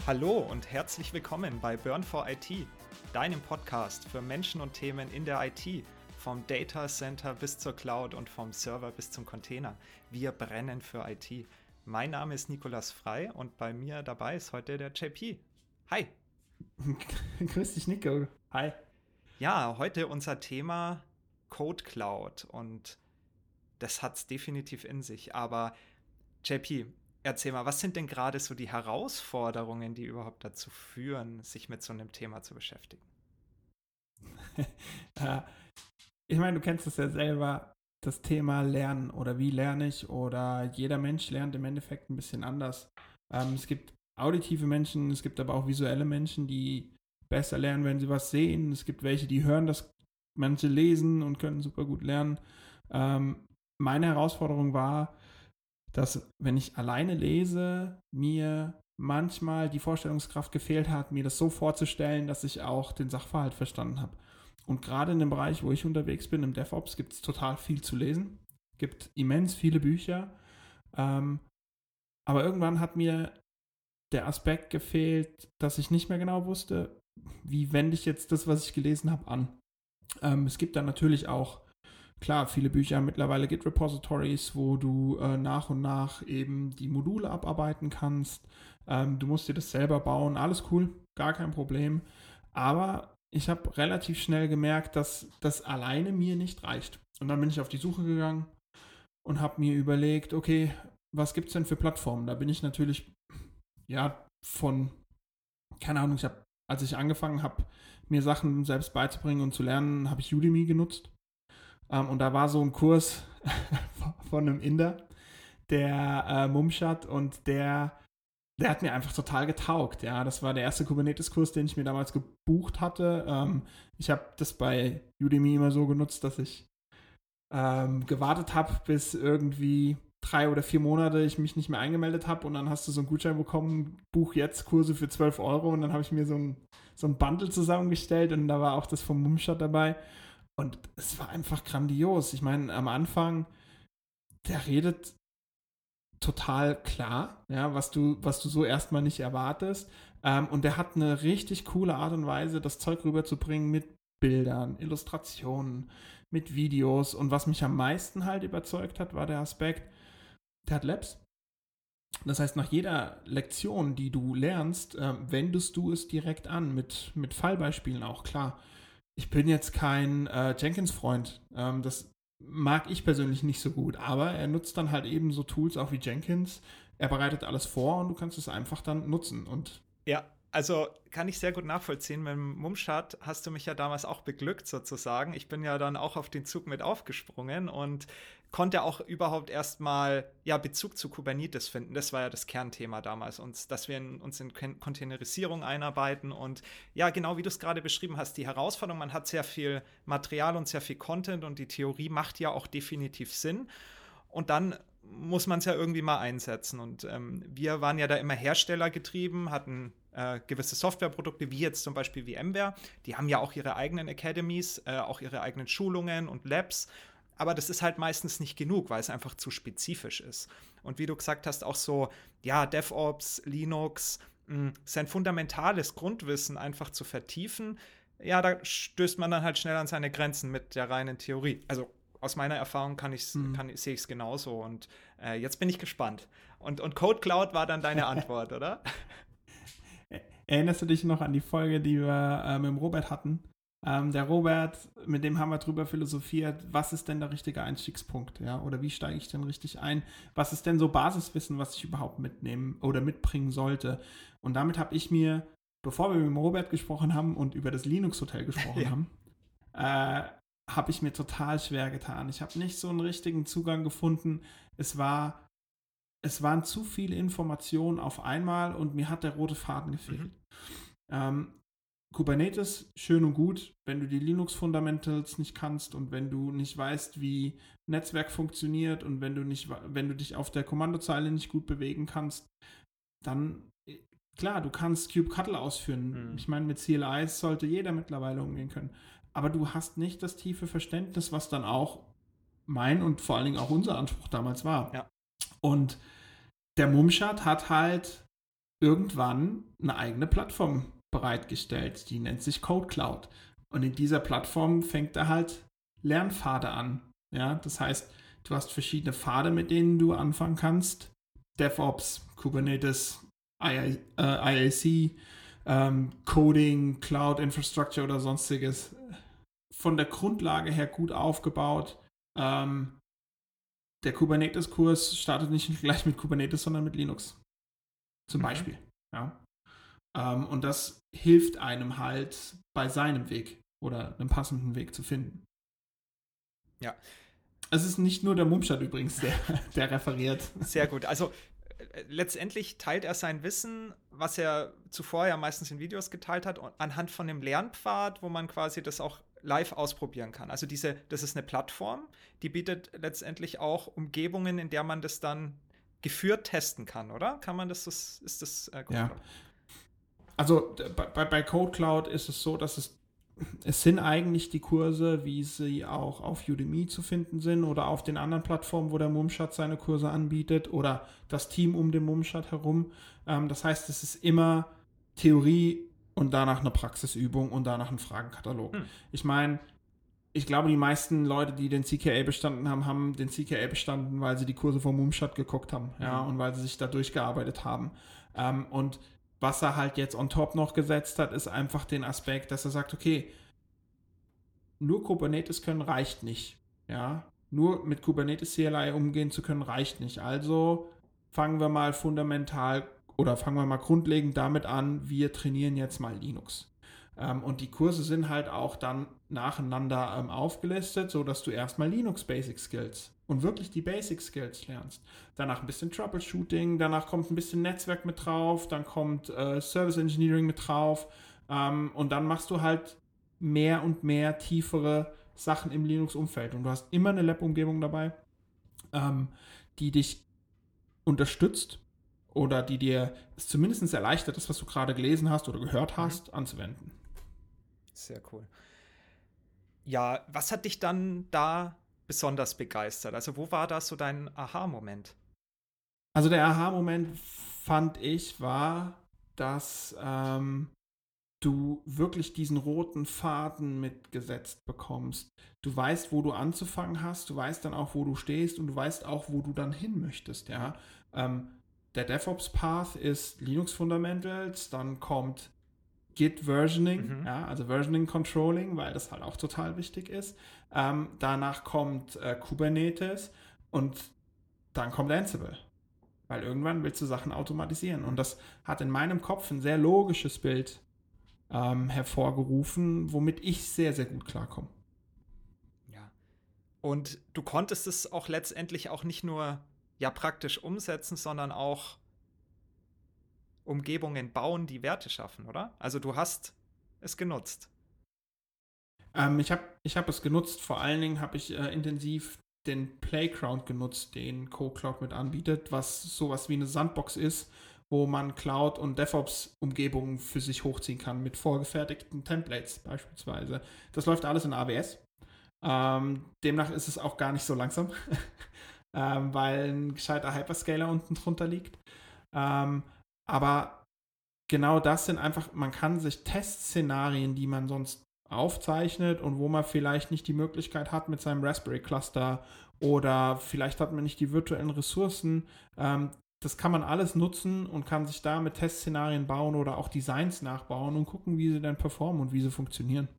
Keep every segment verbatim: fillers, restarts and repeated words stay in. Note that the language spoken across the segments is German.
Hallo und herzlich willkommen bei Burn for I T, deinem Podcast für Menschen und Themen in der I T, vom Data Center bis zur Cloud und vom Server bis zum Container. Wir brennen für I T. Mein Name ist Nikolas Frei und bei mir dabei ist heute der J P. Hi. Grüß dich, Nico. Hi. Ja, heute unser Thema Code Cloud und das hat es definitiv in sich. Aber J P, erzähl mal, was sind denn gerade so die Herausforderungen, die überhaupt dazu führen, sich mit so einem Thema zu beschäftigen? Ich meine, du kennst es ja selber, das Thema Lernen oder wie lerne ich oder jeder Mensch lernt im Endeffekt ein bisschen anders. Ähm, es gibt auditive Menschen, es gibt aber auch visuelle Menschen, die besser lernen, wenn sie was sehen. Es gibt welche, die hören das, manche lesen und können super gut lernen. Ähm, meine Herausforderung war, dass, wenn ich alleine lese, mir manchmal die Vorstellungskraft gefehlt hat, mir das so vorzustellen, dass ich auch den Sachverhalt verstanden habe. Und gerade in dem Bereich, wo ich unterwegs bin, im DevOps, gibt es total viel zu lesen. Es gibt immens viele Bücher. Ähm, aber irgendwann hat mir der Aspekt gefehlt, dass ich nicht mehr genau wusste, wie wende ich jetzt das, was ich gelesen habe, an. Ähm, es gibt dann natürlich auch Klar, viele Bücher haben mittlerweile Git-Repositories, wo du äh, nach und nach eben die Module abarbeiten kannst. Ähm, du musst dir das selber bauen, alles cool, gar kein Problem. Aber ich habe relativ schnell gemerkt, dass das alleine mir nicht reicht. Und dann bin ich auf die Suche gegangen und habe mir überlegt, okay, was gibt es denn für Plattformen? Da bin ich natürlich, ja, von, keine Ahnung, ich habe, als ich angefangen habe, mir Sachen selbst beizubringen und zu lernen, habe ich Udemy genutzt. Um, und da war so ein Kurs von einem Inder, der äh, Mumshad, und der, der hat mir einfach total getaugt. Ja, das war der erste Kubernetes-Kurs, den ich mir damals gebucht hatte. Um, ich habe das bei Udemy immer so genutzt, dass ich ähm, gewartet habe, bis irgendwie drei oder vier Monate ich mich nicht mehr eingemeldet habe, und dann hast du so einen Gutschein bekommen, buch jetzt Kurse für zwölf Euro, und dann habe ich mir so ein, so ein Bundle zusammengestellt und da war auch das von Mumshad dabei. Und es war einfach grandios. Ich meine, am Anfang, der redet total klar, ja, was du, was du so erstmal nicht erwartest. Ähm, und der hat eine richtig coole Art und Weise, das Zeug rüberzubringen mit Bildern, Illustrationen, mit Videos. Und was mich am meisten halt überzeugt hat, war der Aspekt, der hat Labs. Das heißt, nach jeder Lektion, die du lernst, äh, wendest du es direkt an, mit, mit Fallbeispielen auch, klar. Ich bin jetzt kein äh, Jenkins-Freund. Ähm, das mag ich persönlich nicht so gut. Aber er nutzt dann halt eben so Tools auch wie Jenkins. Er bereitet alles vor und du kannst es einfach dann nutzen. Und ja, also kann ich sehr gut nachvollziehen. Mit dem Mumshad hast du mich ja damals auch beglückt sozusagen. Ich bin ja dann auch auf den Zug mit aufgesprungen und konnte auch überhaupt erstmal ja, Bezug zu Kubernetes finden. Das war ja das Kernthema damals, uns, dass wir in, uns in Containerisierung einarbeiten. Und ja, genau wie du es gerade beschrieben hast, die Herausforderung, man hat sehr viel Material und sehr viel Content und die Theorie macht ja auch definitiv Sinn. Und dann muss man es ja irgendwie mal einsetzen. Und ähm, wir waren ja da immer herstellergetrieben, hatten äh, gewisse Softwareprodukte, wie jetzt zum Beispiel VMware. Die haben ja auch ihre eigenen Academies, äh, auch ihre eigenen Schulungen und Labs. Aber das ist halt meistens nicht genug, weil es einfach zu spezifisch ist. Und wie du gesagt hast, auch so, ja, DevOps, Linux, mh, sein fundamentales Grundwissen einfach zu vertiefen, ja, da stößt man dann halt schnell an seine Grenzen mit der reinen Theorie. Also aus meiner Erfahrung kann ich's, mhm. kann, sehe ich es genauso. Und äh, jetzt bin ich gespannt. Und, und Code Cloud war dann deine Antwort, oder? Erinnerst du dich noch an die Folge, die wir äh, mit dem Robert hatten? Ähm, der Robert, mit dem haben wir drüber philosophiert, was ist denn der richtige Einstiegspunkt? Ja? Oder wie steige ich denn richtig ein? Was ist denn so Basiswissen, was ich überhaupt mitnehmen oder mitbringen sollte? Und damit habe ich mir, bevor wir mit dem Robert gesprochen haben und über das Linux-Hotel gesprochen ja. haben, äh, habe ich mir total schwer getan. Ich habe nicht so einen richtigen Zugang gefunden. Es war, es waren zu viele Informationen auf einmal und mir hat der rote Faden gefehlt. Mhm. Ähm, Kubernetes, schön und gut, wenn du die Linux-Fundamentals nicht kannst und wenn du nicht weißt, wie Netzwerk funktioniert und wenn du nicht, wenn du dich auf der Kommandozeile nicht gut bewegen kannst, dann, klar, du kannst kubectl ausführen. Mhm. Ich meine, mit C L Is sollte jeder mittlerweile umgehen können. Aber du hast nicht das tiefe Verständnis, was dann auch mein und vor allen Dingen auch unser Anspruch damals war. Ja. Und der Mumshad hat halt irgendwann eine eigene Plattform bereitgestellt, die nennt sich Code Cloud. Und in dieser Plattform fängt er halt Lernpfade an. Ja, das heißt, du hast verschiedene Pfade, mit denen du anfangen kannst. DevOps, Kubernetes, I A C, ähm, Coding, Cloud Infrastructure oder sonstiges. Von der Grundlage her gut aufgebaut. Ähm, der Kubernetes-Kurs startet nicht gleich mit Kubernetes, sondern mit Linux. Zum Mhm. Beispiel. Ja. Ähm, und das hilft einem halt bei seinem Weg oder einem passenden Weg zu finden. Ja. Es ist nicht nur der Mumstad übrigens, der, der referiert. Sehr gut. Also äh, letztendlich teilt er sein Wissen, was er zuvor ja meistens in Videos geteilt hat, anhand von einem Lernpfad, wo man quasi das auch live ausprobieren kann. Also diese, das ist eine Plattform, die bietet letztendlich auch Umgebungen, in der man das dann geführt testen kann, oder? Kann man das, das ist das äh, Ja. Also bei, bei Code Cloud ist es so, dass es Es sind eigentlich die Kurse, wie sie auch auf Udemy zu finden sind oder auf den anderen Plattformen, wo der Mumstad seine Kurse anbietet oder das Team um den Mumstad herum. Ähm, das heißt, es ist immer Theorie und danach eine Praxisübung und danach ein Fragenkatalog. Hm. Ich meine, ich glaube, die meisten Leute, die den C K A bestanden haben, haben den C K A bestanden, weil sie die Kurse vom Mumstad geguckt haben, mhm. ja, und weil sie sich da durchgearbeitet haben. Ähm, und was er halt jetzt on top noch gesetzt hat, ist einfach den Aspekt, dass er sagt, okay, nur Kubernetes können reicht nicht. Ja, nur mit Kubernetes C L I umgehen zu können reicht nicht. Also fangen wir mal fundamental oder fangen wir mal grundlegend damit an, wir trainieren jetzt mal Linux. Ähm, und die Kurse sind halt auch dann nacheinander ähm, aufgelistet, sodass du erstmal Linux Basic Skills und wirklich die Basic Skills lernst. Danach ein bisschen Troubleshooting, danach kommt ein bisschen Netzwerk mit drauf, dann kommt äh, Service Engineering mit drauf ähm, und dann machst du halt mehr und mehr tiefere Sachen im Linux-Umfeld. Und du hast immer eine Lab-Umgebung dabei, ähm, die dich unterstützt oder die dir es zumindest erleichtert, das, was du gerade gelesen hast oder gehört hast, mhm. anzuwenden. Sehr cool. Ja, was hat dich dann da besonders begeistert? Also wo war da so dein Aha-Moment? Also der Aha-Moment, fand ich, war, dass ähm, du wirklich diesen roten Faden mitgesetzt bekommst. Du weißt, wo du anzufangen hast, du weißt dann auch, wo du stehst und du weißt auch, wo du dann hin möchtest, ja. Ähm, der DevOps-Path ist Linux Fundamentals, dann kommt Git Versioning, mhm. ja, also Versioning Controlling, weil das halt auch total wichtig ist. Ähm, danach kommt äh, Kubernetes und dann kommt Ansible. Weil irgendwann willst du Sachen automatisieren. Und das hat in meinem Kopf ein sehr logisches Bild ähm, hervorgerufen, womit ich sehr, sehr gut klarkomme. Ja. Und du konntest es auch letztendlich auch nicht nur ja praktisch umsetzen, sondern auch Umgebungen bauen, die Werte schaffen, oder? Also du hast es genutzt. Ähm, ich habe ich hab es genutzt. Vor allen Dingen habe ich äh, intensiv den Playground genutzt, den CoCloud mit anbietet, was sowas wie eine Sandbox ist, wo man Cloud- und DevOps-Umgebungen für sich hochziehen kann, mit vorgefertigten Templates beispielsweise. Das läuft alles in A W S. Ähm, demnach ist es auch gar nicht so langsam, ähm, weil ein gescheiter Hyperscaler unten drunter liegt. Ähm, aber genau das sind einfach, man kann sich Testszenarien, die man sonst aufzeichnet und wo man vielleicht nicht die Möglichkeit hat mit seinem Raspberry Cluster oder vielleicht hat man nicht die virtuellen Ressourcen, ähm, das kann man alles nutzen und kann sich da mit Testszenarien bauen oder auch Designs nachbauen und gucken, wie sie dann performen und wie sie funktionieren.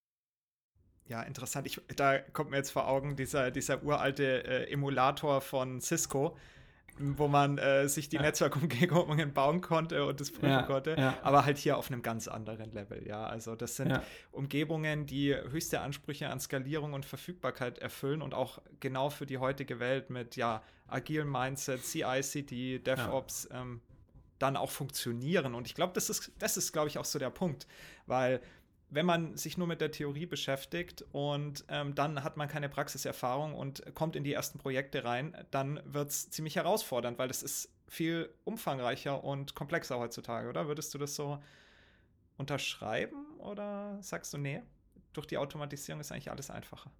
Ja, interessant. Ich, da kommt mir jetzt vor Augen dieser, dieser uralte äh, Emulator von Cisco, wo man äh, sich die ja. Netzwerkumgebungen bauen konnte und das prüfen ja, konnte, ja. aber halt hier auf einem ganz anderen Level, ja. Also das sind ja. Umgebungen, die höchste Ansprüche an Skalierung und Verfügbarkeit erfüllen und auch genau für die heutige Welt mit ja agilem Mindset, C I C D, DevOps ja. ähm, dann auch funktionieren. Und ich glaube, das ist, das ist, glaube ich, auch so der Punkt, weil wenn man sich nur mit der Theorie beschäftigt und ähm, dann hat man keine Praxiserfahrung und kommt in die ersten Projekte rein, dann wird es ziemlich herausfordernd, weil das ist viel umfangreicher und komplexer heutzutage, oder? Würdest du das so unterschreiben oder sagst du, nee, durch die Automatisierung ist eigentlich alles einfacher?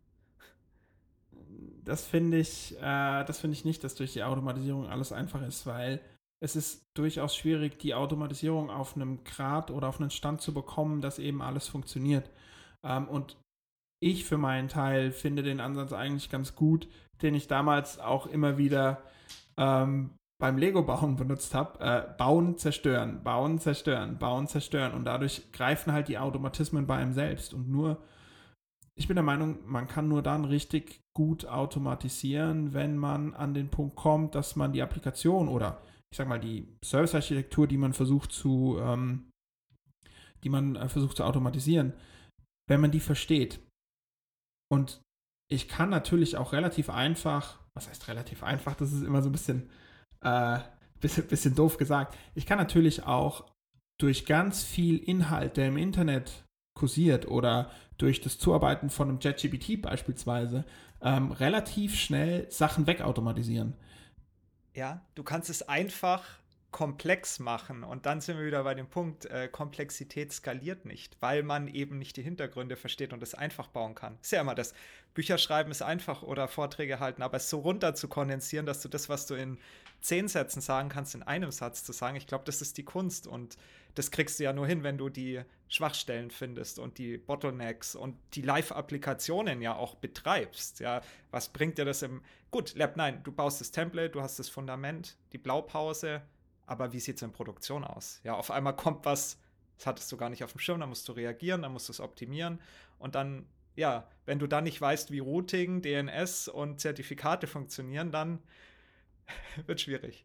Das finde ich, äh, das finde ich nicht, dass durch die Automatisierung alles einfach ist, weil es ist durchaus schwierig, die Automatisierung auf einem Grad oder auf einen Stand zu bekommen, dass eben alles funktioniert. Ähm, und ich für meinen Teil finde den Ansatz eigentlich ganz gut, den ich damals auch immer wieder ähm, beim Lego-Bauen benutzt habe. Äh, bauen, zerstören, bauen, zerstören, bauen, zerstören. Und dadurch greifen halt die Automatismen bei einem selbst. Und nur, ich bin der Meinung, man kann nur dann richtig gut automatisieren, wenn man an den Punkt kommt, dass man die Applikation oder ich sag mal die Service-Architektur, die man versucht zu, ähm, die man äh, versucht zu automatisieren, wenn man die versteht. Und ich kann natürlich auch relativ einfach, was heißt relativ einfach, das ist immer so ein bisschen, äh, bisschen, bisschen doof gesagt. Ich kann natürlich auch durch ganz viel Inhalt, der im Internet kursiert oder durch das Zuarbeiten von einem ChatGPT beispielsweise, ähm, relativ schnell Sachen wegautomatisieren. Ja, du kannst es einfach komplex machen und dann sind wir wieder bei dem Punkt, äh, Komplexität skaliert nicht, weil man eben nicht die Hintergründe versteht und es einfach bauen kann. Ist ja immer das, Bücherschreiben ist einfach oder Vorträge halten, aber es so runter zu kondensieren, dass du das, was du in zehn Sätzen sagen kannst, in einem Satz zu sagen, ich glaube, das ist die Kunst und das kriegst du ja nur hin, wenn du die Schwachstellen findest und die Bottlenecks und die Live-Applikationen ja auch betreibst. Ja, was bringt dir das im Gut, Lab, nein, du baust das Template, du hast das Fundament, die Blaupause, aber wie sieht es in Produktion aus? Ja, auf einmal kommt was, das hattest du gar nicht auf dem Schirm, dann musst du reagieren, dann musst du es optimieren und dann, ja, wenn du dann nicht weißt, wie Routing, D N S und Zertifikate funktionieren, dann wird schwierig.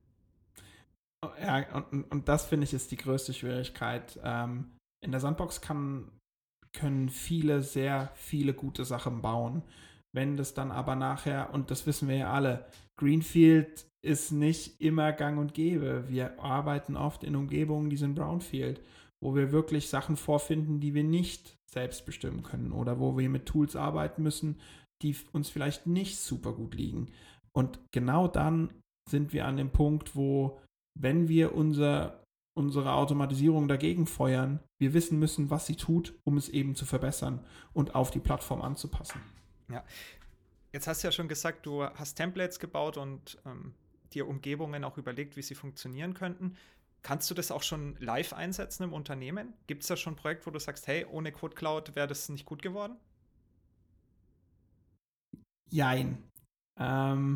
Ja, und, und das finde ich ist die größte Schwierigkeit. Ähm, in der Sandbox kann, können viele sehr viele gute Sachen bauen. Wenn das dann aber nachher, und das wissen wir ja alle, Greenfield ist nicht immer gang und gäbe. Wir arbeiten oft in Umgebungen, die sind Brownfield, wo wir wirklich Sachen vorfinden, die wir nicht selbst bestimmen können oder wo wir mit Tools arbeiten müssen, die uns vielleicht nicht super gut liegen. Und genau dann sind wir an dem Punkt, wo, wenn wir unser, unsere Automatisierung dagegen feuern, wir wissen müssen, was sie tut, um es eben zu verbessern und auf die Plattform anzupassen. Ja, jetzt hast du ja schon gesagt, du hast Templates gebaut und ähm, dir Umgebungen auch überlegt, wie sie funktionieren könnten. Kannst du das auch schon live einsetzen im Unternehmen? Gibt es da schon ein Projekt, wo du sagst, hey, ohne Code Cloud wäre das nicht gut geworden? Jein. Ähm,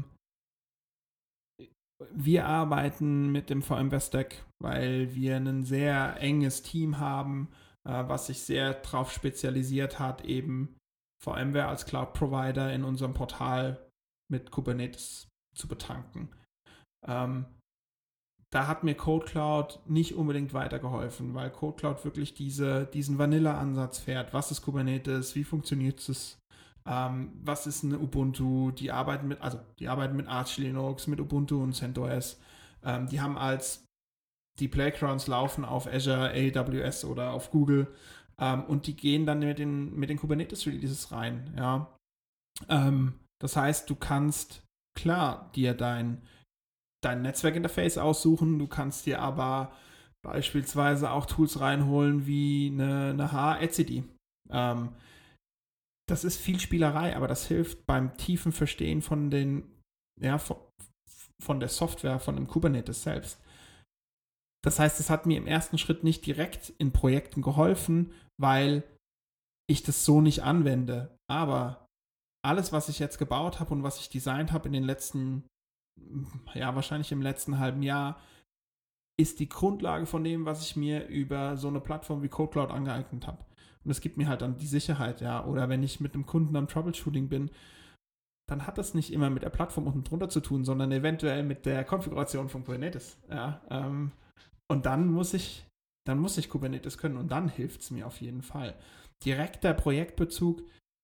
wir arbeiten mit dem VMware-Stack, weil wir ein sehr enges Team haben, äh, was sich sehr darauf spezialisiert hat, eben VMware als Cloud-Provider in unserem Portal mit Kubernetes zu betanken. Ähm, da hat mir CodeCloud nicht unbedingt weitergeholfen, weil CodeCloud wirklich diese, diesen Vanilla-Ansatz fährt. Was ist Kubernetes? Wie funktioniert es? Ähm, was ist eine Ubuntu? Die arbeiten mit, also die arbeiten mit Arch Linux, mit Ubuntu und CentOS. Ähm, die haben als die Playgrounds laufen auf Azure, A W S oder auf Google ähm, und die gehen dann mit den, mit den Kubernetes-Releases rein. Ja. Ähm, das heißt, du kannst klar dir dein dein Netzwerkinterface aussuchen. Du kannst dir aber beispielsweise auch Tools reinholen wie eine, eine H A etcd. Ähm, das ist viel Spielerei, aber das hilft beim tiefen Verstehen von den, ja, von, von der Software, von dem Kubernetes selbst. Das heißt, es hat mir im ersten Schritt nicht direkt in Projekten geholfen, weil ich das so nicht anwende. Aber alles, was ich jetzt gebaut habe und was ich designt habe in den letzten, ja, wahrscheinlich im letzten halben Jahr, ist die Grundlage von dem, was ich mir über so eine Plattform wie CodeCloud angeeignet habe. Und es gibt mir halt dann die Sicherheit, ja. Oder wenn ich mit einem Kunden am Troubleshooting bin, dann hat das nicht immer mit der Plattform unten drunter zu tun, sondern eventuell mit der Konfiguration von Kubernetes. Ja, ähm, und dann muss ich, dann muss ich Kubernetes können und dann hilft es mir auf jeden Fall. Direkter Projektbezug,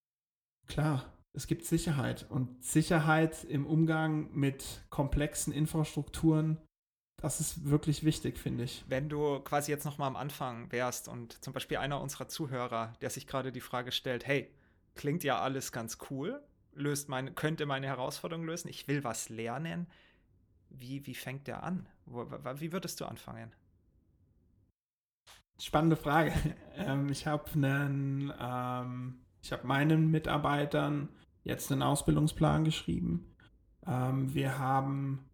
klar, es gibt Sicherheit und Sicherheit im Umgang mit komplexen Infrastrukturen. Das ist wirklich wichtig, finde ich. Wenn du quasi jetzt noch mal am Anfang wärst und zum Beispiel einer unserer Zuhörer, der sich gerade die Frage stellt, hey, klingt ja alles ganz cool, löst meine, könnte meine Herausforderung lösen, ich will was lernen, wie, wie fängt der an? Wo, wie würdest du anfangen? Spannende Frage. ähm, ich habe einen, ähm, ich habe meinen Mitarbeitern jetzt einen Ausbildungsplan geschrieben. Ähm, wir haben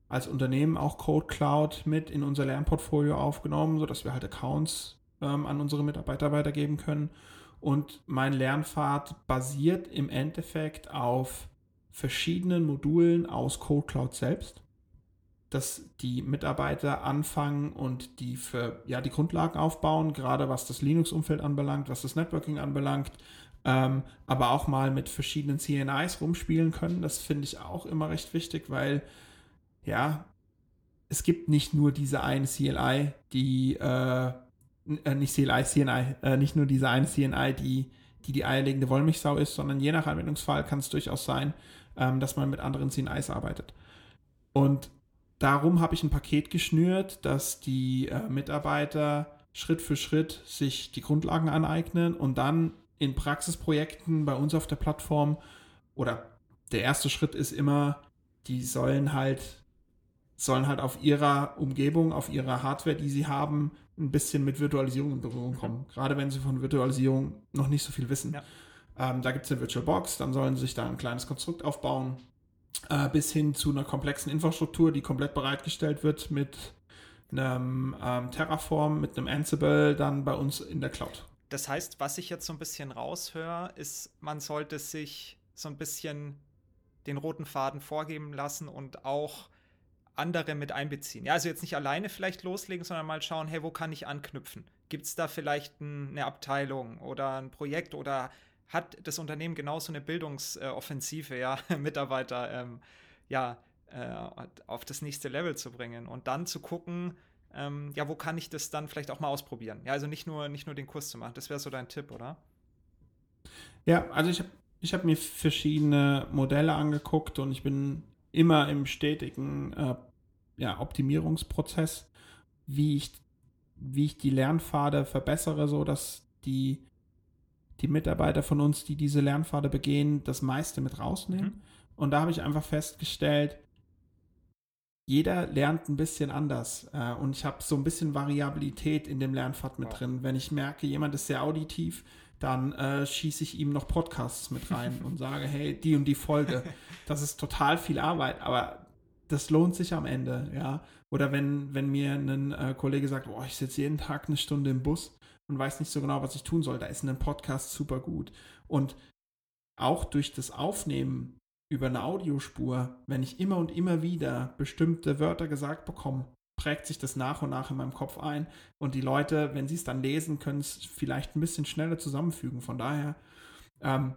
als Unternehmen auch Code Cloud mit in unser Lernportfolio aufgenommen, sodass wir halt Accounts ähm, an unsere Mitarbeiter weitergeben können. Und mein Lernpfad basiert im Endeffekt auf verschiedenen Modulen aus Code Cloud selbst, dass die Mitarbeiter anfangen und die für ja die Grundlagen aufbauen, gerade was das Linux-Umfeld anbelangt, was das Networking anbelangt, ähm, aber auch mal mit verschiedenen C N Is rumspielen können. Das finde ich auch immer recht wichtig, weil ja, es gibt nicht nur diese eine C L I, die äh, äh, nicht C L I, C N I, äh, nicht nur diese eine C N I, die die, die eierlegende Wollmilchsau ist, sondern je nach Anwendungsfall kann es durchaus sein, ähm, dass man mit anderen C N Is arbeitet. Und darum habe ich ein Paket geschnürt, dass die äh, Mitarbeiter Schritt für Schritt sich die Grundlagen aneignen und dann in Praxisprojekten bei uns auf der Plattform, oder der erste Schritt ist immer, die sollen halt sollen halt auf ihrer Umgebung, auf ihrer Hardware, die sie haben, ein bisschen mit Virtualisierung in Berührung kommen. Mhm. Gerade wenn sie von Virtualisierung noch nicht so viel wissen. Ja. Ähm, da gibt es eine VirtualBox, dann sollen sie sich da ein kleines Konstrukt aufbauen, äh, bis hin zu einer komplexen Infrastruktur, die komplett bereitgestellt wird mit einem ähm, Terraform, mit einem Ansible, dann bei uns in der Cloud. Das heißt, was ich jetzt so ein bisschen raushöre, ist, man sollte sich so ein bisschen den roten Faden vorgeben lassen und auch andere mit einbeziehen. Ja, also jetzt nicht alleine vielleicht loslegen, sondern mal schauen, hey, wo kann ich anknüpfen? Gibt es da vielleicht ein, eine Abteilung oder ein Projekt oder hat das Unternehmen genauso eine Bildungsoffensive, ja, Mitarbeiter ähm, ja, äh, auf das nächste Level zu bringen und dann zu gucken, ähm, ja, wo kann ich das dann vielleicht auch mal ausprobieren? Ja, also nicht nur, nicht nur den Kurs zu machen. Das wäre so dein Tipp, oder? Ja, also ich habe ich hab mir verschiedene Modelle angeguckt und ich bin immer im stetigen äh, ja, Optimierungsprozess, wie ich, wie ich die Lernpfade verbessere, so dass die, die Mitarbeiter von uns, die diese Lernpfade begehen, das meiste mit rausnehmen. Mhm. Und da habe ich einfach festgestellt, jeder lernt ein bisschen anders äh, und ich habe so ein bisschen Variabilität in dem Lernpfad mit wow. drin. Wenn ich merke, jemand ist sehr auditiv, dann äh, schieße ich ihm noch Podcasts mit rein und sage, hey, die und die Folge, das ist total viel Arbeit, aber das lohnt sich am Ende, ja. Oder wenn, wenn mir ein äh, Kollege sagt, oh, ich sitze jeden Tag eine Stunde im Bus und weiß nicht so genau, was ich tun soll, da ist ein Podcast super gut. Und auch durch das Aufnehmen über eine Audiospur, wenn ich immer und immer wieder bestimmte Wörter gesagt bekomme, prägt sich das nach und nach in meinem Kopf ein. Und die Leute, wenn sie es dann lesen, können es vielleicht ein bisschen schneller zusammenfügen. Von daher, ähm,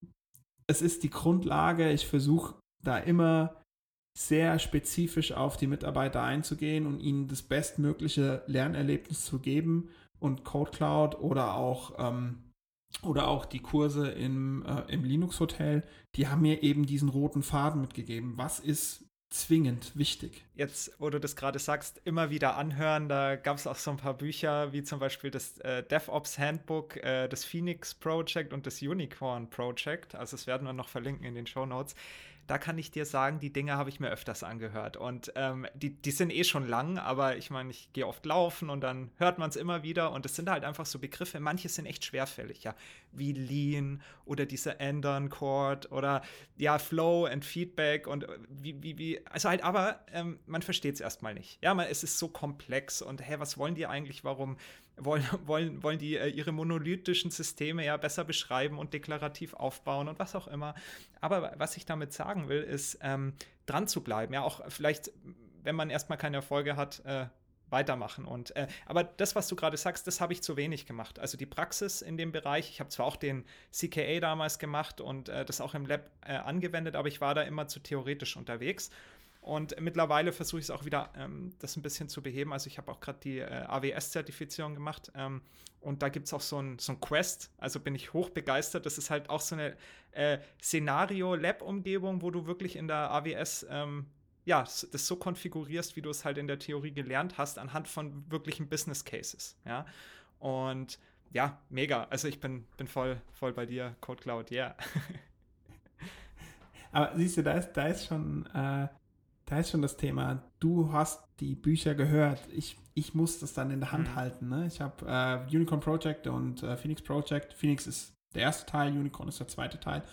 es ist die Grundlage. Ich versuche da immer sehr spezifisch auf die Mitarbeiter einzugehen und ihnen das bestmögliche Lernerlebnis zu geben. Und Code Cloud oder auch, ähm, oder auch die Kurse im, äh, im Linux-Hotel, die haben mir eben diesen roten Faden mitgegeben. Was ist zwingend wichtig? Jetzt, wo du das gerade sagst, immer wieder anhören. Da gab es auch so ein paar Bücher, wie zum Beispiel das äh, DevOps Handbook, äh, das Phoenix Project und das Unicorn Project. Also das werden wir noch verlinken in den Shownotes. Da kann ich dir sagen, die Dinge habe ich mir öfters angehört. Und ähm, die, die sind eh schon lang, aber ich meine, ich gehe oft laufen und dann hört man es immer wieder. Und es sind halt einfach so Begriffe, manche sind echt schwerfällig, ja. Wie Lean oder dieser Ändern Chord oder ja, Flow and Feedback und wie, wie, wie, also halt, aber ähm, man versteht es erstmal nicht. Ja, man, es ist so komplex und hey, was wollen die eigentlich, warum wollen, wollen, wollen die äh, ihre monolithischen Systeme ja besser beschreiben und deklarativ aufbauen und was auch immer. Aber was ich damit sagen will, ist, ähm, dran zu bleiben. Ja, auch vielleicht, wenn man erstmal keine Erfolge hat, äh, weitermachen. Und, äh, aber das, was du gerade sagst, das habe ich zu wenig gemacht. Also die Praxis in dem Bereich, ich habe zwar auch den C K A damals gemacht und äh, das auch im Lab äh, angewendet, aber ich war da immer zu theoretisch unterwegs. Und mittlerweile versuche ich es auch wieder, ähm, das ein bisschen zu beheben. Also ich habe auch gerade die äh, A W S-Zertifizierung gemacht. Ähm, und da gibt es auch so ein, so ein Quest. Also bin ich hoch begeistert. Das ist halt auch so eine äh, Szenario-Lab-Umgebung, wo du wirklich in der A W S ähm, ja, das so konfigurierst, wie du es halt in der Theorie gelernt hast, anhand von wirklichen Business Cases. Ja? Und ja, mega. Also ich bin, bin voll, voll bei dir, Code Cloud, ja. Yeah. Aber siehst du, da ist, da ist schon... Äh Da ist schon das Thema, du hast die Bücher gehört, ich, ich muss das dann in der Hand mhm. halten. Ne? Ich habe äh, Unicorn Project und äh, Phoenix Project. Phoenix ist der erste Teil, Unicorn ist der zweite Teil.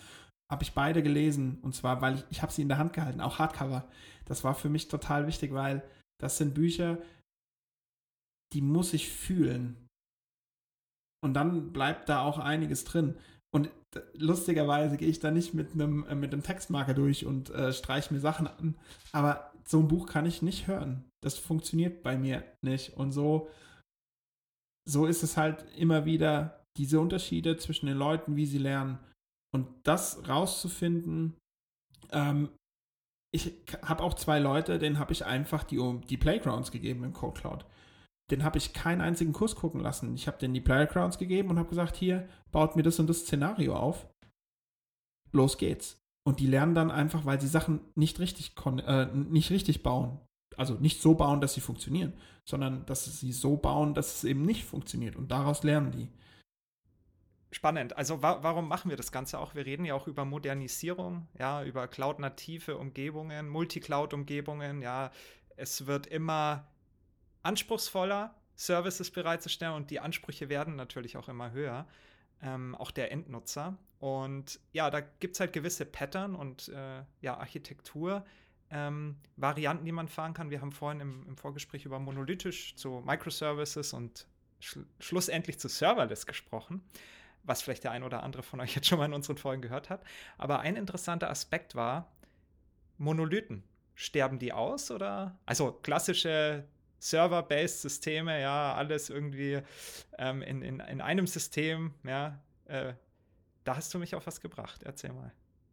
habe ich beide gelesen. Und zwar, weil ich, ich habe sie in der Hand gehalten, auch Hardcover. Das war für mich total wichtig, weil das sind Bücher, die muss ich fühlen. Und dann bleibt da auch einiges drin. Und lustigerweise gehe ich da nicht mit einem, äh, mit einem Textmarker durch und äh, streiche mir Sachen an. Aber so ein Buch kann ich nicht hören. Das funktioniert bei mir nicht. Und so, so ist es halt immer wieder diese Unterschiede zwischen den Leuten, wie sie lernen. Und das rauszufinden, ähm, ich habe auch zwei Leute, denen habe ich einfach die, die Playgrounds gegeben im Code Cloud. Den habe ich keinen einzigen Kurs gucken lassen. Ich habe denen die Playgrounds gegeben und habe gesagt, hier, baut mir das und das Szenario auf. Los geht's. Und die lernen dann einfach, weil sie Sachen nicht richtig, kon- äh, nicht richtig bauen. Also nicht so bauen, dass sie funktionieren, sondern dass sie so bauen, dass es eben nicht funktioniert. Und daraus lernen die. Spannend. Also wa warum machen wir das Ganze auch? Wir reden ja auch über Modernisierung, ja, über cloud-native Umgebungen, Multicloud-Umgebungen, ja. Es wird immer anspruchsvoller, Services bereitzustellen und die Ansprüche werden natürlich auch immer höher, ähm, auch der Endnutzer. Und ja, da gibt es halt gewisse Pattern und äh, ja, Architektur, ähm, Varianten, die man fahren kann. Wir haben vorhin im, im Vorgespräch über monolithisch zu Microservices und sch schlussendlich zu Serverless gesprochen, was vielleicht der ein oder andere von euch jetzt schon mal in unseren Folgen gehört hat. Aber ein interessanter Aspekt war Monolithen. Sterben die aus oder? Also klassische Server-based Systeme, ja, alles irgendwie ähm, in, in, in einem System, ja. Äh, da hast du mich auf was gebracht. Erzähl mal.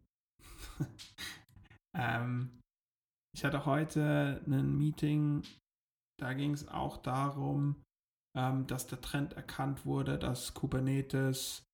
ähm, ich hatte heute ein Meeting, da ging es auch darum, ähm, dass der Trend erkannt wurde, dass Kubernetes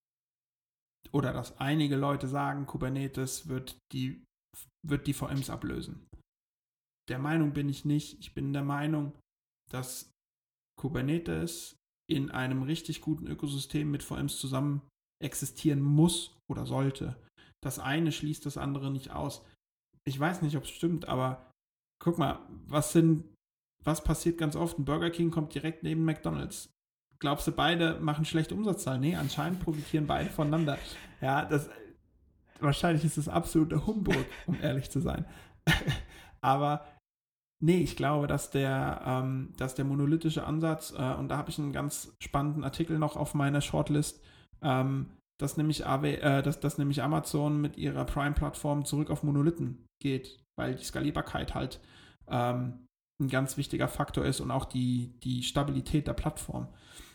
oder dass einige Leute sagen, Kubernetes wird die, wird die V Ms ablösen. Der Meinung bin ich nicht. Ich bin der Meinung, dass Kubernetes in einem richtig guten Ökosystem mit V Ms zusammen existieren muss oder sollte. Das eine schließt das andere nicht aus. Ich weiß nicht, ob es stimmt, aber guck mal, was sind, was passiert ganz oft? Ein Burger King kommt direkt neben McDonald's. Glaubst du, beide machen schlechte Umsatzzahlen? Nee, anscheinend profitieren beide voneinander. Ja, das, wahrscheinlich ist das absolute Humbug, um ehrlich zu sein. Aber nee, ich glaube, dass der, ähm, dass der monolithische Ansatz, äh, und da habe ich einen ganz spannenden Artikel noch auf meiner Shortlist, ähm, dass, nämlich A W, äh, dass, dass nämlich Amazon mit ihrer Prime-Plattform zurück auf Monolithen geht, weil die Skalierbarkeit halt ähm, ein ganz wichtiger Faktor ist und auch die, die Stabilität der Plattform.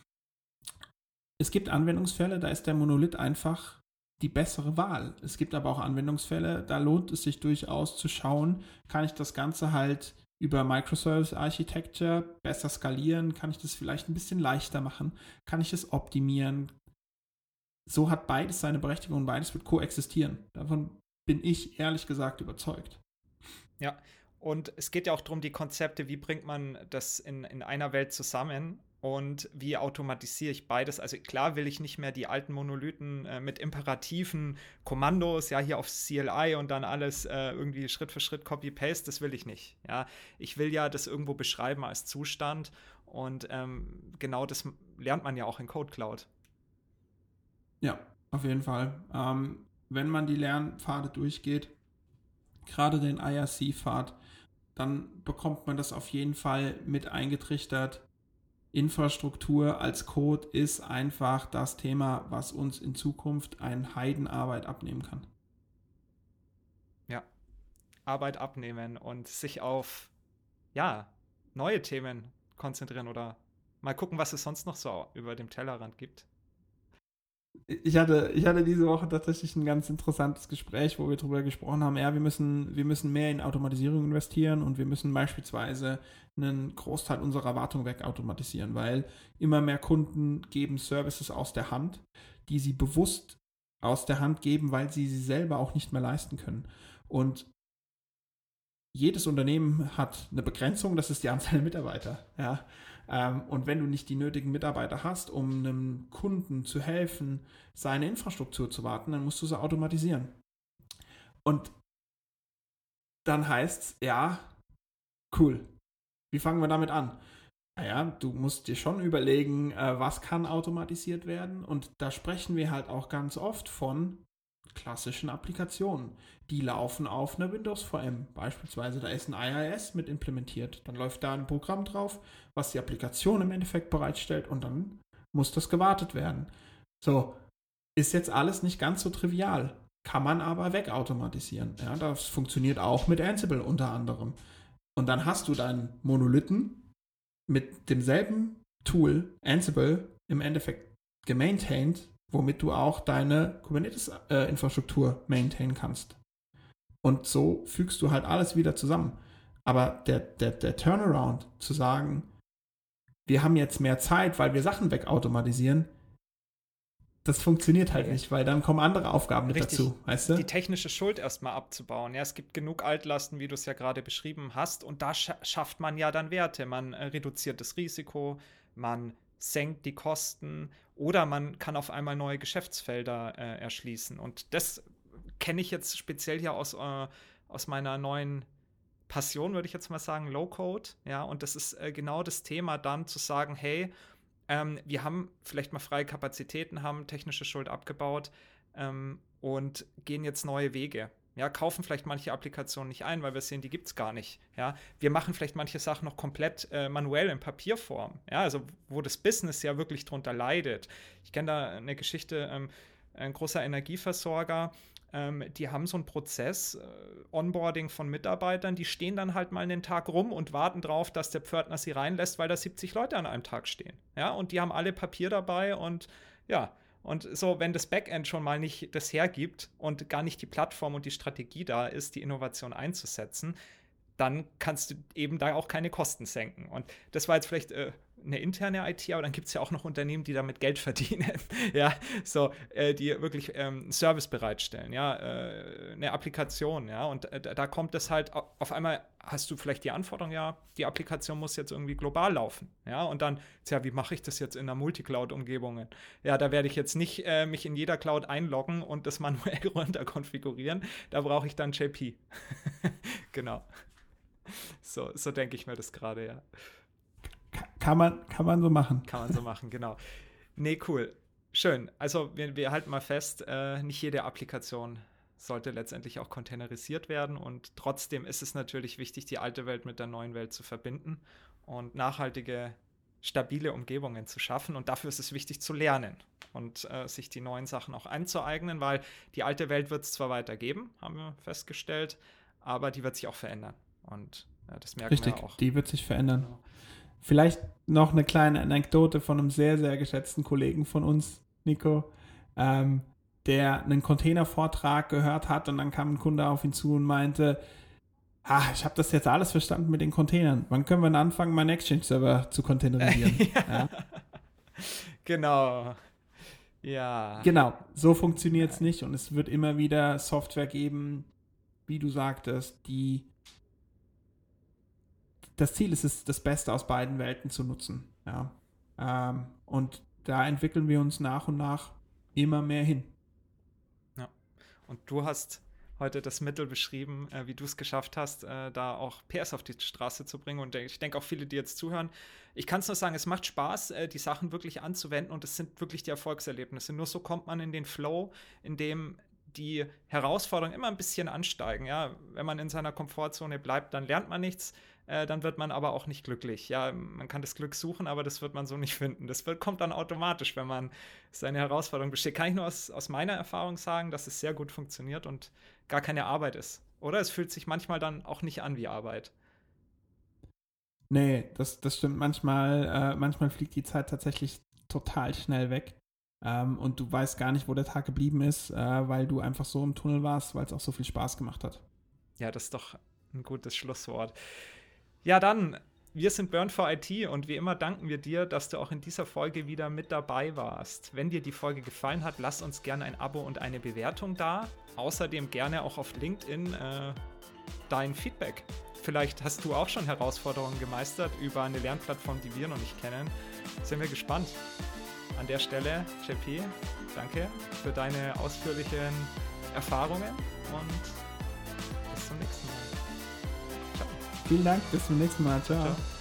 Es gibt Anwendungsfälle, da ist der Monolith einfach die bessere Wahl. Es gibt aber auch Anwendungsfälle, da lohnt es sich durchaus zu schauen, kann ich das Ganze halt über Microservice Architecture besser skalieren, kann ich das vielleicht ein bisschen leichter machen, kann ich es optimieren. So hat beides seine Berechtigung und beides wird koexistieren. Davon bin ich ehrlich gesagt überzeugt. Ja, und es geht ja auch darum, die Konzepte, wie bringt man das in, in einer Welt zusammen und wie automatisiere ich beides. Also klar will ich nicht mehr die alten Monolithen äh, mit imperativen Kommandos, ja, hier auf C L I und dann alles äh, irgendwie Schritt für Schritt Copy-Paste, das will ich nicht. Ja, ich will ja das irgendwo beschreiben als Zustand und ähm, genau das lernt man ja auch in Code Cloud. Ja, auf jeden Fall. Ähm, wenn man die Lernpfade durchgeht, gerade den I R C-Pfad, dann bekommt man das auf jeden Fall mit eingetrichtert. Infrastruktur als Code ist einfach das Thema, was uns in Zukunft eine Heidenarbeit abnehmen kann. Ja, Arbeit abnehmen und sich auf, ja, neue Themen konzentrieren oder mal gucken, was es sonst noch so über dem Tellerrand gibt. Ich hatte, ich hatte diese Woche tatsächlich ein ganz interessantes Gespräch, wo wir darüber gesprochen haben, ja, wir müssen, wir müssen mehr in Automatisierung investieren und wir müssen beispielsweise einen Großteil unserer Erwartungen wegautomatisieren, weil immer mehr Kunden geben Services aus der Hand, die sie bewusst aus der Hand geben, weil sie sie selber auch nicht mehr leisten können. Und jedes Unternehmen hat eine Begrenzung, das ist die Anzahl der Mitarbeiter. Ja. Und wenn du nicht die nötigen Mitarbeiter hast, um einem Kunden zu helfen, seine Infrastruktur zu warten, dann musst du sie automatisieren. Und dann heißt es, ja, cool, wie fangen wir damit an? Naja, du musst dir schon überlegen, was kann automatisiert werden. Und da sprechen wir halt auch ganz oft von klassischen Applikationen. Die laufen auf einer Windows-V M. Beispielsweise, da ist ein I I S mit implementiert. Dann läuft da ein Programm drauf, was die Applikation im Endeffekt bereitstellt und dann muss das gewartet werden. So, ist jetzt alles nicht ganz so trivial. Kann man aber wegautomatisieren. Ja, das funktioniert auch mit Ansible unter anderem. Und dann hast du deinen Monolithen mit demselben Tool, Ansible, im Endeffekt gemaintained, womit du auch deine Kubernetes-Infrastruktur äh, maintainen kannst. Und so fügst du halt alles wieder zusammen. Aber der, der, der Turnaround, zu sagen, wir haben jetzt mehr Zeit, weil wir Sachen wegautomatisieren, das funktioniert halt nicht, weil dann kommen andere Aufgaben mit Richtig, dazu, weißt du? Die technische Schuld erstmal abzubauen. Ja, es gibt genug Altlasten, wie du es ja gerade beschrieben hast, und da sch- schafft man ja dann Werte. Man äh, reduziert das Risiko, man senkt die Kosten oder man kann auf einmal neue Geschäftsfelder äh, erschließen. Und das kenne ich jetzt speziell hier aus, äh, aus meiner neuen Passion, würde ich jetzt mal sagen, Low-Code. Ja, und das ist äh, genau das Thema dann zu sagen, hey, Ähm, wir haben vielleicht mal freie Kapazitäten, haben technische Schuld abgebaut ähm, und gehen jetzt neue Wege. Ja, kaufen vielleicht manche Applikationen nicht ein, weil wir sehen, die gibt es gar nicht. Ja, wir machen vielleicht manche Sachen noch komplett äh, manuell in Papierform. Ja, also wo das Business ja wirklich drunter leidet. Ich kenne da eine Geschichte, ähm, ein großer Energieversorger, ähm, die haben so einen Prozess, äh, Onboarding von Mitarbeitern, die stehen dann halt mal einen Tag rum und warten drauf, dass der Pförtner sie reinlässt, weil da siebzig Leute an einem Tag stehen. Ja, und die haben alle Papier dabei und ja, und so, wenn das Backend schon mal nicht das hergibt und gar nicht die Plattform und die Strategie da ist, die Innovation einzusetzen, dann kannst du eben da auch keine Kosten senken. Und das war jetzt vielleicht äh, eine interne I T, aber dann gibt es ja auch noch Unternehmen, die damit Geld verdienen, ja, so, äh, die wirklich ähm, Service bereitstellen, ja, äh, eine Applikation, ja, und äh, da kommt es halt, auf einmal hast du vielleicht die Anforderung, ja, die Applikation muss jetzt irgendwie global laufen, ja, und dann, tja, wie mache ich das jetzt in einer Multicloud-Umgebung? Ja, da werde ich jetzt nicht äh, mich in jeder Cloud einloggen und das manuell runter konfigurieren, da brauche ich dann J P. Genau. So, so denke ich mir das gerade, ja. Kann man, kann man so machen. Kann man so machen, genau. Nee, cool. Schön. Also wir, wir halten mal fest, äh, nicht jede Applikation sollte letztendlich auch containerisiert werden und trotzdem ist es natürlich wichtig, die alte Welt mit der neuen Welt zu verbinden und nachhaltige, stabile Umgebungen zu schaffen und dafür ist es wichtig zu lernen und äh, sich die neuen Sachen auch anzueignen, weil die alte Welt wird es zwar weitergeben, haben wir festgestellt, aber die wird sich auch verändern und ja, das merken Richtig, wir auch. Die wird sich verändern. Genau. Vielleicht noch eine kleine Anekdote von einem sehr, sehr geschätzten Kollegen von uns, Nico, ähm, der einen Containervortrag gehört hat und dann kam ein Kunde auf ihn zu und meinte, ah, ich habe das jetzt alles verstanden mit den Containern. Wann können wir denn anfangen, meinen Exchange-Server zu containerisieren? ja. Ja. Genau. Ja. Genau, so funktioniert es nicht und es wird immer wieder Software geben, wie du sagtest, die das Ziel ist es, das Beste aus beiden Welten zu nutzen. Ja. Ähm, und da entwickeln wir uns nach und nach immer mehr hin. Ja. Und du hast heute das Mittel beschrieben, äh, wie du es geschafft hast, äh, da auch P S auf die Straße zu bringen. Und ich denke auch viele, die jetzt zuhören, ich kann es nur sagen, es macht Spaß, äh, die Sachen wirklich anzuwenden und es sind wirklich die Erfolgserlebnisse. Nur so kommt man in den Flow, in dem die Herausforderungen immer ein bisschen ansteigen. Ja? Wenn man in seiner Komfortzone bleibt, dann lernt man nichts. Äh, dann wird man aber auch nicht glücklich. Ja, man kann das Glück suchen, aber das wird man so nicht finden. Das wird, kommt dann automatisch, wenn man seine Herausforderung besteht. Kann ich nur aus, aus meiner Erfahrung sagen, dass es sehr gut funktioniert und gar keine Arbeit ist. Oder es fühlt sich manchmal dann auch nicht an wie Arbeit. Nee, das, das stimmt. Manchmal, äh, manchmal fliegt die Zeit tatsächlich total schnell weg. Ähm, und du weißt gar nicht, wo der Tag geblieben ist, äh, weil du einfach so im Tunnel warst, weil es auch so viel Spaß gemacht hat. Ja, das ist doch ein gutes Schlusswort. Ja, dann, wir sind Burn for I T und wie immer danken wir dir, dass du auch in dieser Folge wieder mit dabei warst. Wenn dir die Folge gefallen hat, lass uns gerne ein Abo und eine Bewertung da. Außerdem gerne auch auf LinkedIn äh, dein Feedback. Vielleicht hast du auch schon Herausforderungen gemeistert über eine Lernplattform, die wir noch nicht kennen. Sind wir gespannt. An der Stelle, J P, danke für deine ausführlichen Erfahrungen und bis zum nächsten Mal. Vielen Dank, bis zum nächsten Mal. Ciao. Ciao.